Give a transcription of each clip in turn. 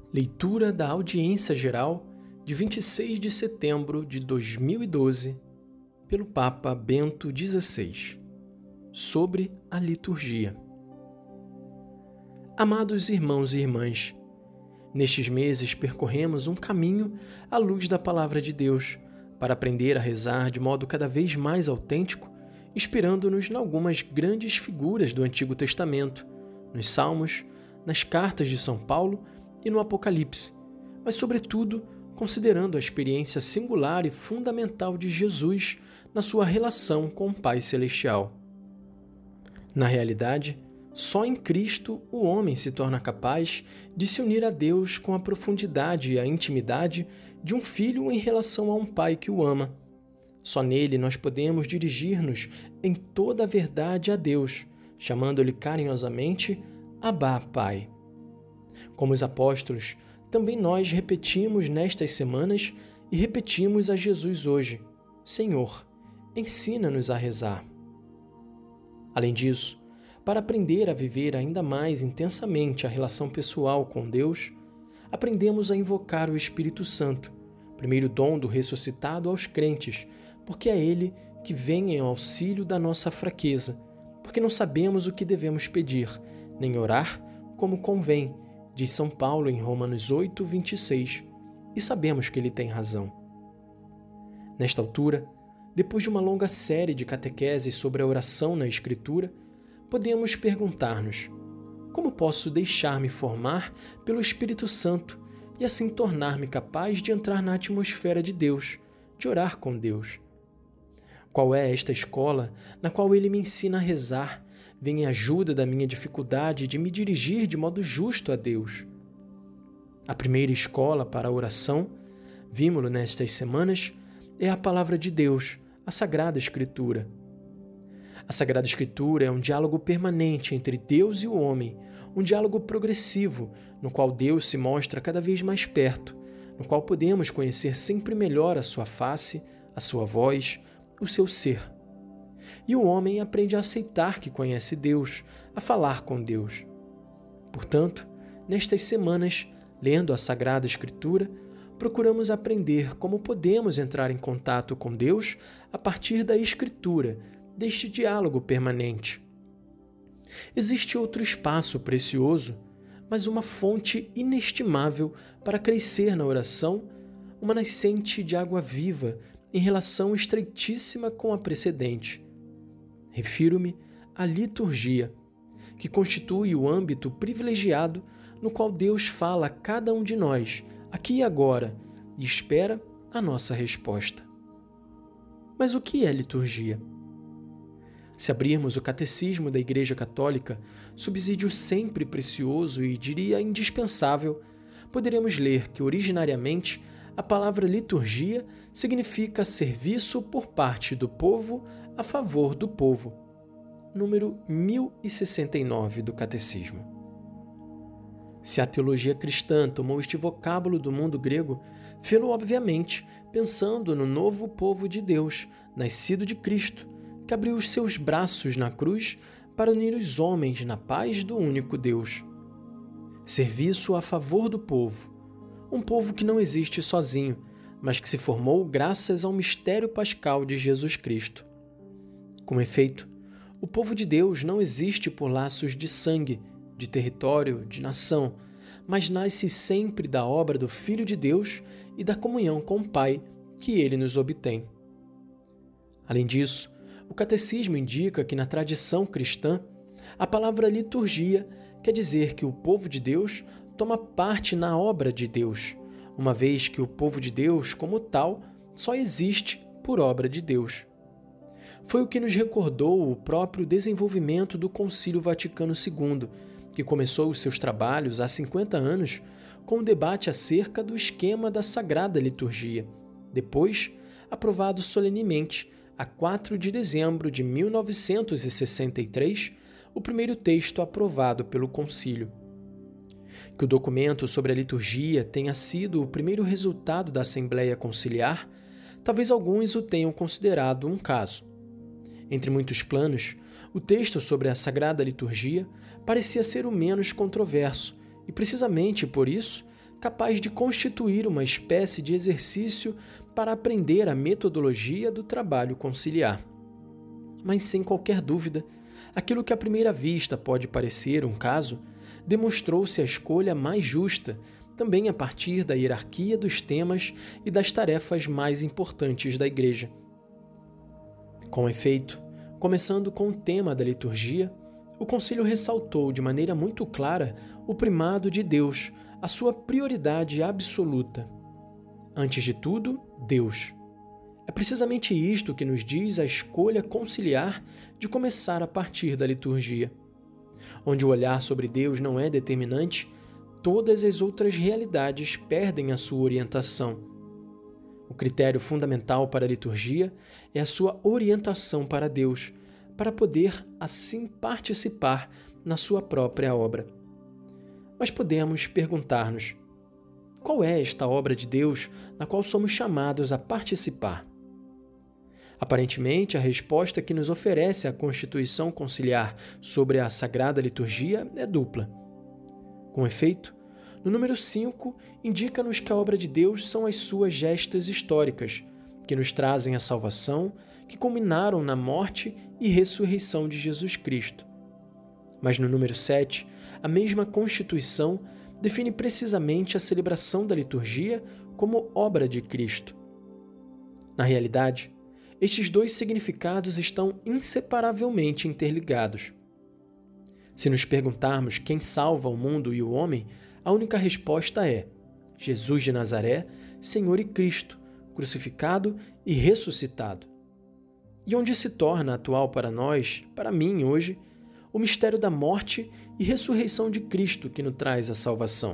Leitura da Audiência Geral de 26 de setembro de 2012, pelo Papa Bento XVI, sobre a liturgia. Amados irmãos e irmãs, nestes meses percorremos um caminho à luz da Palavra de Deus para aprender a rezar de modo cada vez mais autêntico, inspirando-nos em algumas grandes figuras do Antigo Testamento, nos Salmos, nas cartas de São Paulo e no Apocalipse, mas, sobretudo, considerando a experiência singular e fundamental de Jesus na sua relação com o Pai Celestial. Na realidade, só em Cristo o homem se torna capaz de se unir a Deus com a profundidade e a intimidade de um filho em relação a um pai que o ama. Só nele nós podemos dirigir-nos em toda a verdade a Deus, chamando-lhe carinhosamente Abba, Pai. Como os apóstolos, também nós repetimos nestas semanas e repetimos a Jesus hoje: Senhor, ensina-nos a rezar. Além disso, para aprender a viver ainda mais intensamente a relação pessoal com Deus, aprendemos a invocar o Espírito Santo, primeiro dom do ressuscitado aos crentes, porque é ele que vem em auxílio da nossa fraqueza, porque não sabemos o que devemos pedir, nem orar como convém, diz São Paulo em Romanos 8, 26, e sabemos que ele tem razão. Nesta altura, depois de uma longa série de catequeses sobre a oração na Escritura, podemos perguntar-nos: como posso deixar-me formar pelo Espírito Santo e assim tornar-me capaz de entrar na atmosfera de Deus, de orar com Deus? Qual é esta escola na qual ele me ensina a rezar, vem em ajuda da minha dificuldade de me dirigir de modo justo a Deus? A primeira escola para a oração, vimos-lo nestas semanas, é a Palavra de Deus, a Sagrada Escritura. A Sagrada Escritura é um diálogo permanente entre Deus e o homem, um diálogo progressivo, no qual Deus se mostra cada vez mais perto, no qual podemos conhecer sempre melhor a sua face, a sua voz, o seu ser. E o homem aprende a aceitar que conhece Deus, a falar com Deus. Portanto, nestas semanas, lendo a Sagrada Escritura, procuramos aprender como podemos entrar em contato com Deus a partir da Escritura, deste diálogo permanente. Existe outro espaço precioso, mas uma fonte inestimável para crescer na oração, uma nascente de água viva em relação estreitíssima com a precedente. Refiro-me à liturgia, que constitui o âmbito privilegiado no qual Deus fala a cada um de nós, aqui e agora, e espera a nossa resposta. Mas o que é liturgia? Se abrirmos o Catecismo da Igreja Católica, subsídio sempre precioso e, diria, indispensável, poderemos ler que, originariamente, a palavra liturgia significa serviço por parte do povo a favor do povo. Número 1069 do Catecismo. Se a teologia cristã tomou este vocábulo do mundo grego, fê-lo obviamente pensando no novo povo de Deus, nascido de Cristo, que abriu os seus braços na cruz para unir os homens na paz do único Deus. Serviço a favor do povo, um povo que não existe sozinho, mas que se formou graças ao mistério pascal de Jesus Cristo. Com efeito, o povo de Deus não existe por laços de sangue, de território, de nação, mas nasce sempre da obra do Filho de Deus e da comunhão com o Pai que ele nos obtém. Além disso, o Catecismo indica que na tradição cristã, a palavra liturgia quer dizer que o povo de Deus toma parte na obra de Deus, uma vez que o povo de Deus, como tal, só existe por obra de Deus. Foi o que nos recordou o próprio desenvolvimento do Concílio Vaticano II, que começou os seus trabalhos há 50 anos com o debate acerca do esquema da Sagrada Liturgia, depois aprovado solenemente a 4 de dezembro de 1963, o primeiro texto aprovado pelo Concílio. Que o documento sobre a liturgia tenha sido o primeiro resultado da Assembleia Conciliar, talvez alguns o tenham considerado um caso. Entre muitos planos, o texto sobre a Sagrada Liturgia parecia ser o menos controverso e, precisamente por isso, capaz de constituir uma espécie de exercício para aprender a metodologia do trabalho conciliar. Mas, sem qualquer dúvida, aquilo que à primeira vista pode parecer um caso, demonstrou-se a escolha mais justa, também a partir da hierarquia dos temas e das tarefas mais importantes da Igreja. Com efeito, começando com o tema da liturgia, o Concílio ressaltou de maneira muito clara o primado de Deus, a sua prioridade absoluta. Antes de tudo, Deus. É precisamente isto que nos diz a escolha conciliar de começar a partir da liturgia. Onde o olhar sobre Deus não é determinante, todas as outras realidades perdem a sua orientação. O critério fundamental para a liturgia é a sua orientação para Deus, para poder assim participar na sua própria obra. Mas podemos perguntar-nos: qual é esta obra de Deus na qual somos chamados a participar? Aparentemente, a resposta que nos oferece a Constituição Conciliar sobre a Sagrada Liturgia é dupla. Com efeito, no número 5, indica-nos que a obra de Deus são as suas gestas históricas, que nos trazem a salvação, que culminaram na morte e ressurreição de Jesus Cristo. Mas no número 7, a mesma Constituição define precisamente a celebração da liturgia como obra de Cristo. Na realidade, estes dois significados estão inseparavelmente interligados. Se nos perguntarmos quem salva o mundo e o homem, a única resposta é Jesus de Nazaré, Senhor e Cristo, crucificado e ressuscitado. E onde se torna atual para nós, para mim hoje, o mistério da morte e ressurreição de Cristo que nos traz a salvação?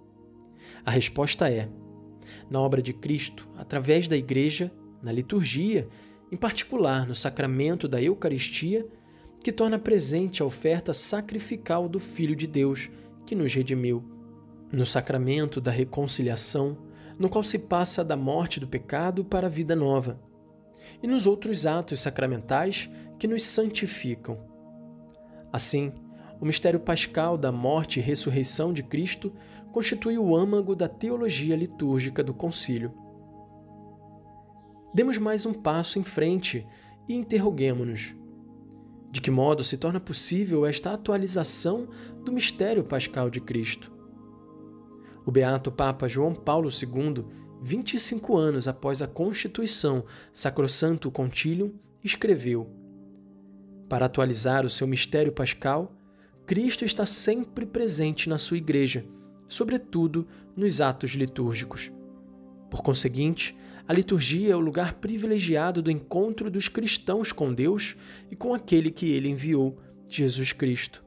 A resposta é: na obra de Cristo, através da Igreja, na liturgia, em particular no sacramento da Eucaristia, que torna presente a oferta sacrificial do Filho de Deus, que nos redimiu. No sacramento da reconciliação, no qual se passa da morte do pecado para a vida nova. E nos outros atos sacramentais que nos santificam. Assim, o mistério pascal da morte e ressurreição de Cristo constitui o âmago da teologia litúrgica do concílio. Demos mais um passo em frente e interroguemo-nos: de que modo se torna possível esta atualização do mistério pascal de Cristo? O beato Papa João Paulo II, 25 anos após a Constituição Sacrosanctum Concilium, escreveu: para atualizar o seu mistério pascal, Cristo está sempre presente na sua Igreja, sobretudo nos atos litúrgicos. Por conseguinte, a liturgia é o lugar privilegiado do encontro dos cristãos com Deus e com aquele que ele enviou, Jesus Cristo.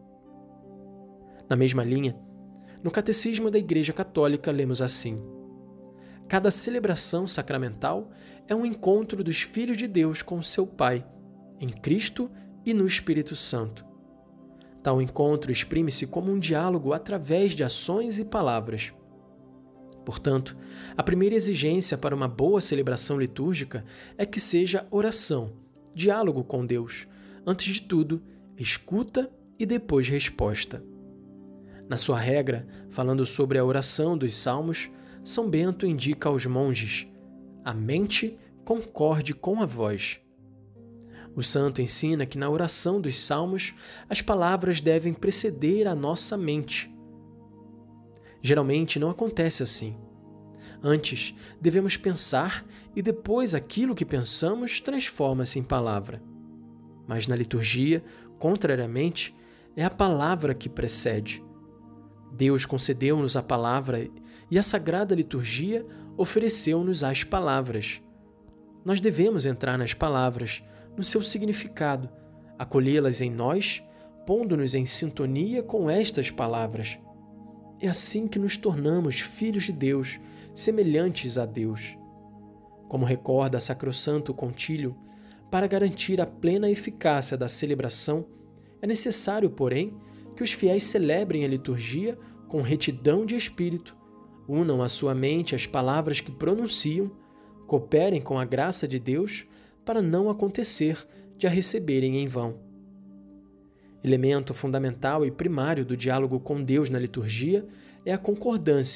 Na mesma linha, no Catecismo da Igreja Católica lemos assim: cada celebração sacramental é um encontro dos filhos de Deus com seu Pai, em Cristo e no Espírito Santo. Tal encontro exprime-se como um diálogo através de ações e palavras. Portanto, a primeira exigência para uma boa celebração litúrgica é que seja oração, diálogo com Deus, antes de tudo, escuta e depois resposta. Na sua regra, falando sobre a oração dos Salmos, São Bento indica aos monges: a mente concorde com a voz. O santo ensina que na oração dos Salmos as palavras devem preceder a nossa mente. Geralmente não acontece assim. Antes, devemos pensar e depois aquilo que pensamos transforma-se em palavra. Mas na liturgia, contrariamente, é a palavra que precede. Deus concedeu-nos a palavra e a Sagrada Liturgia ofereceu-nos as palavras. Nós devemos entrar nas palavras, no seu significado, acolhê-las em nós, pondo-nos em sintonia com estas palavras. É assim que nos tornamos filhos de Deus, semelhantes a Deus. Como recorda Sacrosanctum Concilium, para garantir a plena eficácia da celebração, é necessário, porém, que os fiéis celebrem a liturgia com retidão de espírito, unam à sua mente as palavras que pronunciam, cooperem com a graça de Deus para não acontecer de a receberem em vão. Elemento fundamental e primário do diálogo com Deus na liturgia é a concordância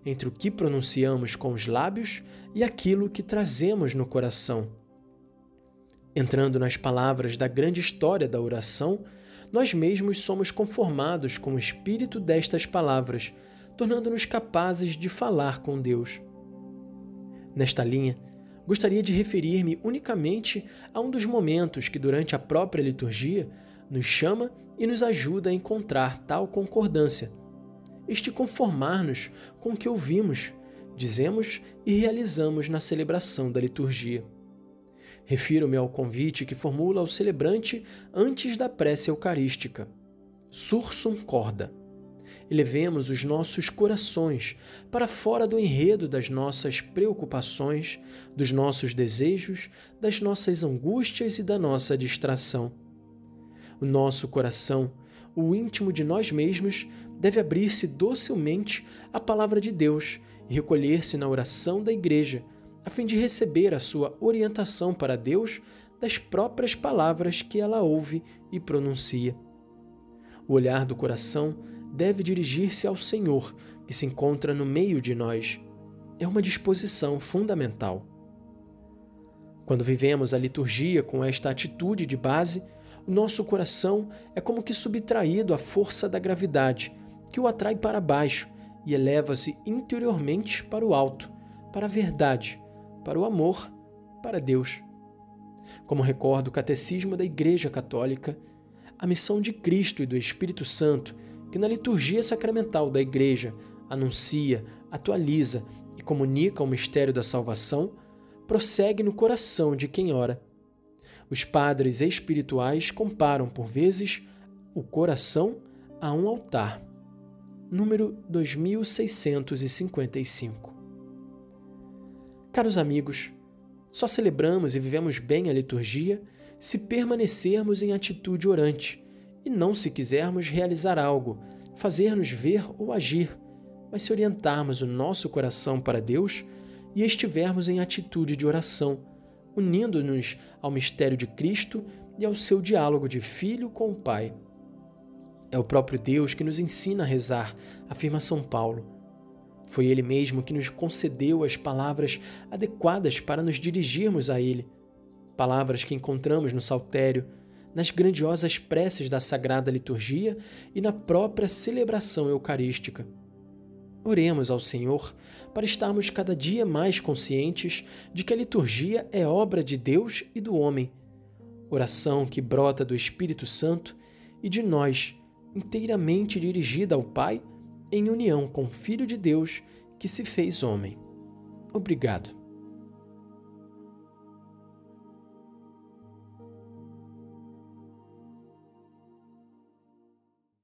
entre o que pronunciamos com os lábios e aquilo que trazemos no coração. Entrando nas palavras da grande história da oração, nós mesmos somos conformados com o espírito destas palavras, tornando-nos capazes de falar com Deus. Nesta linha, gostaria de referir-me unicamente a um dos momentos que, durante a própria liturgia, nos chama e nos ajuda a encontrar tal concordância, este conformar-nos com o que ouvimos, dizemos e realizamos na celebração da liturgia. Refiro-me ao convite que formula o celebrante antes da prece eucarística. Sursum corda. Elevemos os nossos corações para fora do enredo das nossas preocupações, dos nossos desejos, das nossas angústias e da nossa distração. O nosso coração, o íntimo de nós mesmos, deve abrir-se docilmente à palavra de Deus e recolher-se na oração da Igreja, a fim de receber a sua orientação para Deus das próprias palavras que ela ouve e pronuncia. O olhar do coração deve dirigir-se ao Senhor, que se encontra no meio de nós. É uma disposição fundamental. Quando vivemos a liturgia com esta atitude de base, o nosso coração é como que subtraído à força da gravidade, que o atrai para baixo e eleva-se interiormente para o alto, para a verdade, para o amor, para Deus. Como recorda o Catecismo da Igreja Católica, a missão de Cristo e do Espírito Santo, que na liturgia sacramental da Igreja anuncia, atualiza e comunica o mistério da salvação, prossegue no coração de quem ora. Os padres espirituais comparam, por vezes, o coração a um altar. Número 2655. Caros amigos, só celebramos e vivemos bem a liturgia se permanecermos em atitude orante e não se quisermos realizar algo, fazer-nos ver ou agir, mas se orientarmos o nosso coração para Deus e estivermos em atitude de oração, unindo-nos ao mistério de Cristo e ao seu diálogo de Filho com o Pai. É o próprio Deus que nos ensina a rezar, afirma São Paulo. Foi Ele mesmo que nos concedeu as palavras adequadas para nos dirigirmos a Ele, palavras que encontramos no Saltério, nas grandiosas preces da Sagrada Liturgia e na própria celebração eucarística. Oremos ao Senhor para estarmos cada dia mais conscientes de que a liturgia é obra de Deus e do homem, oração que brota do Espírito Santo e de nós, inteiramente dirigida ao Pai, em união com o Filho de Deus que se fez homem. Obrigado.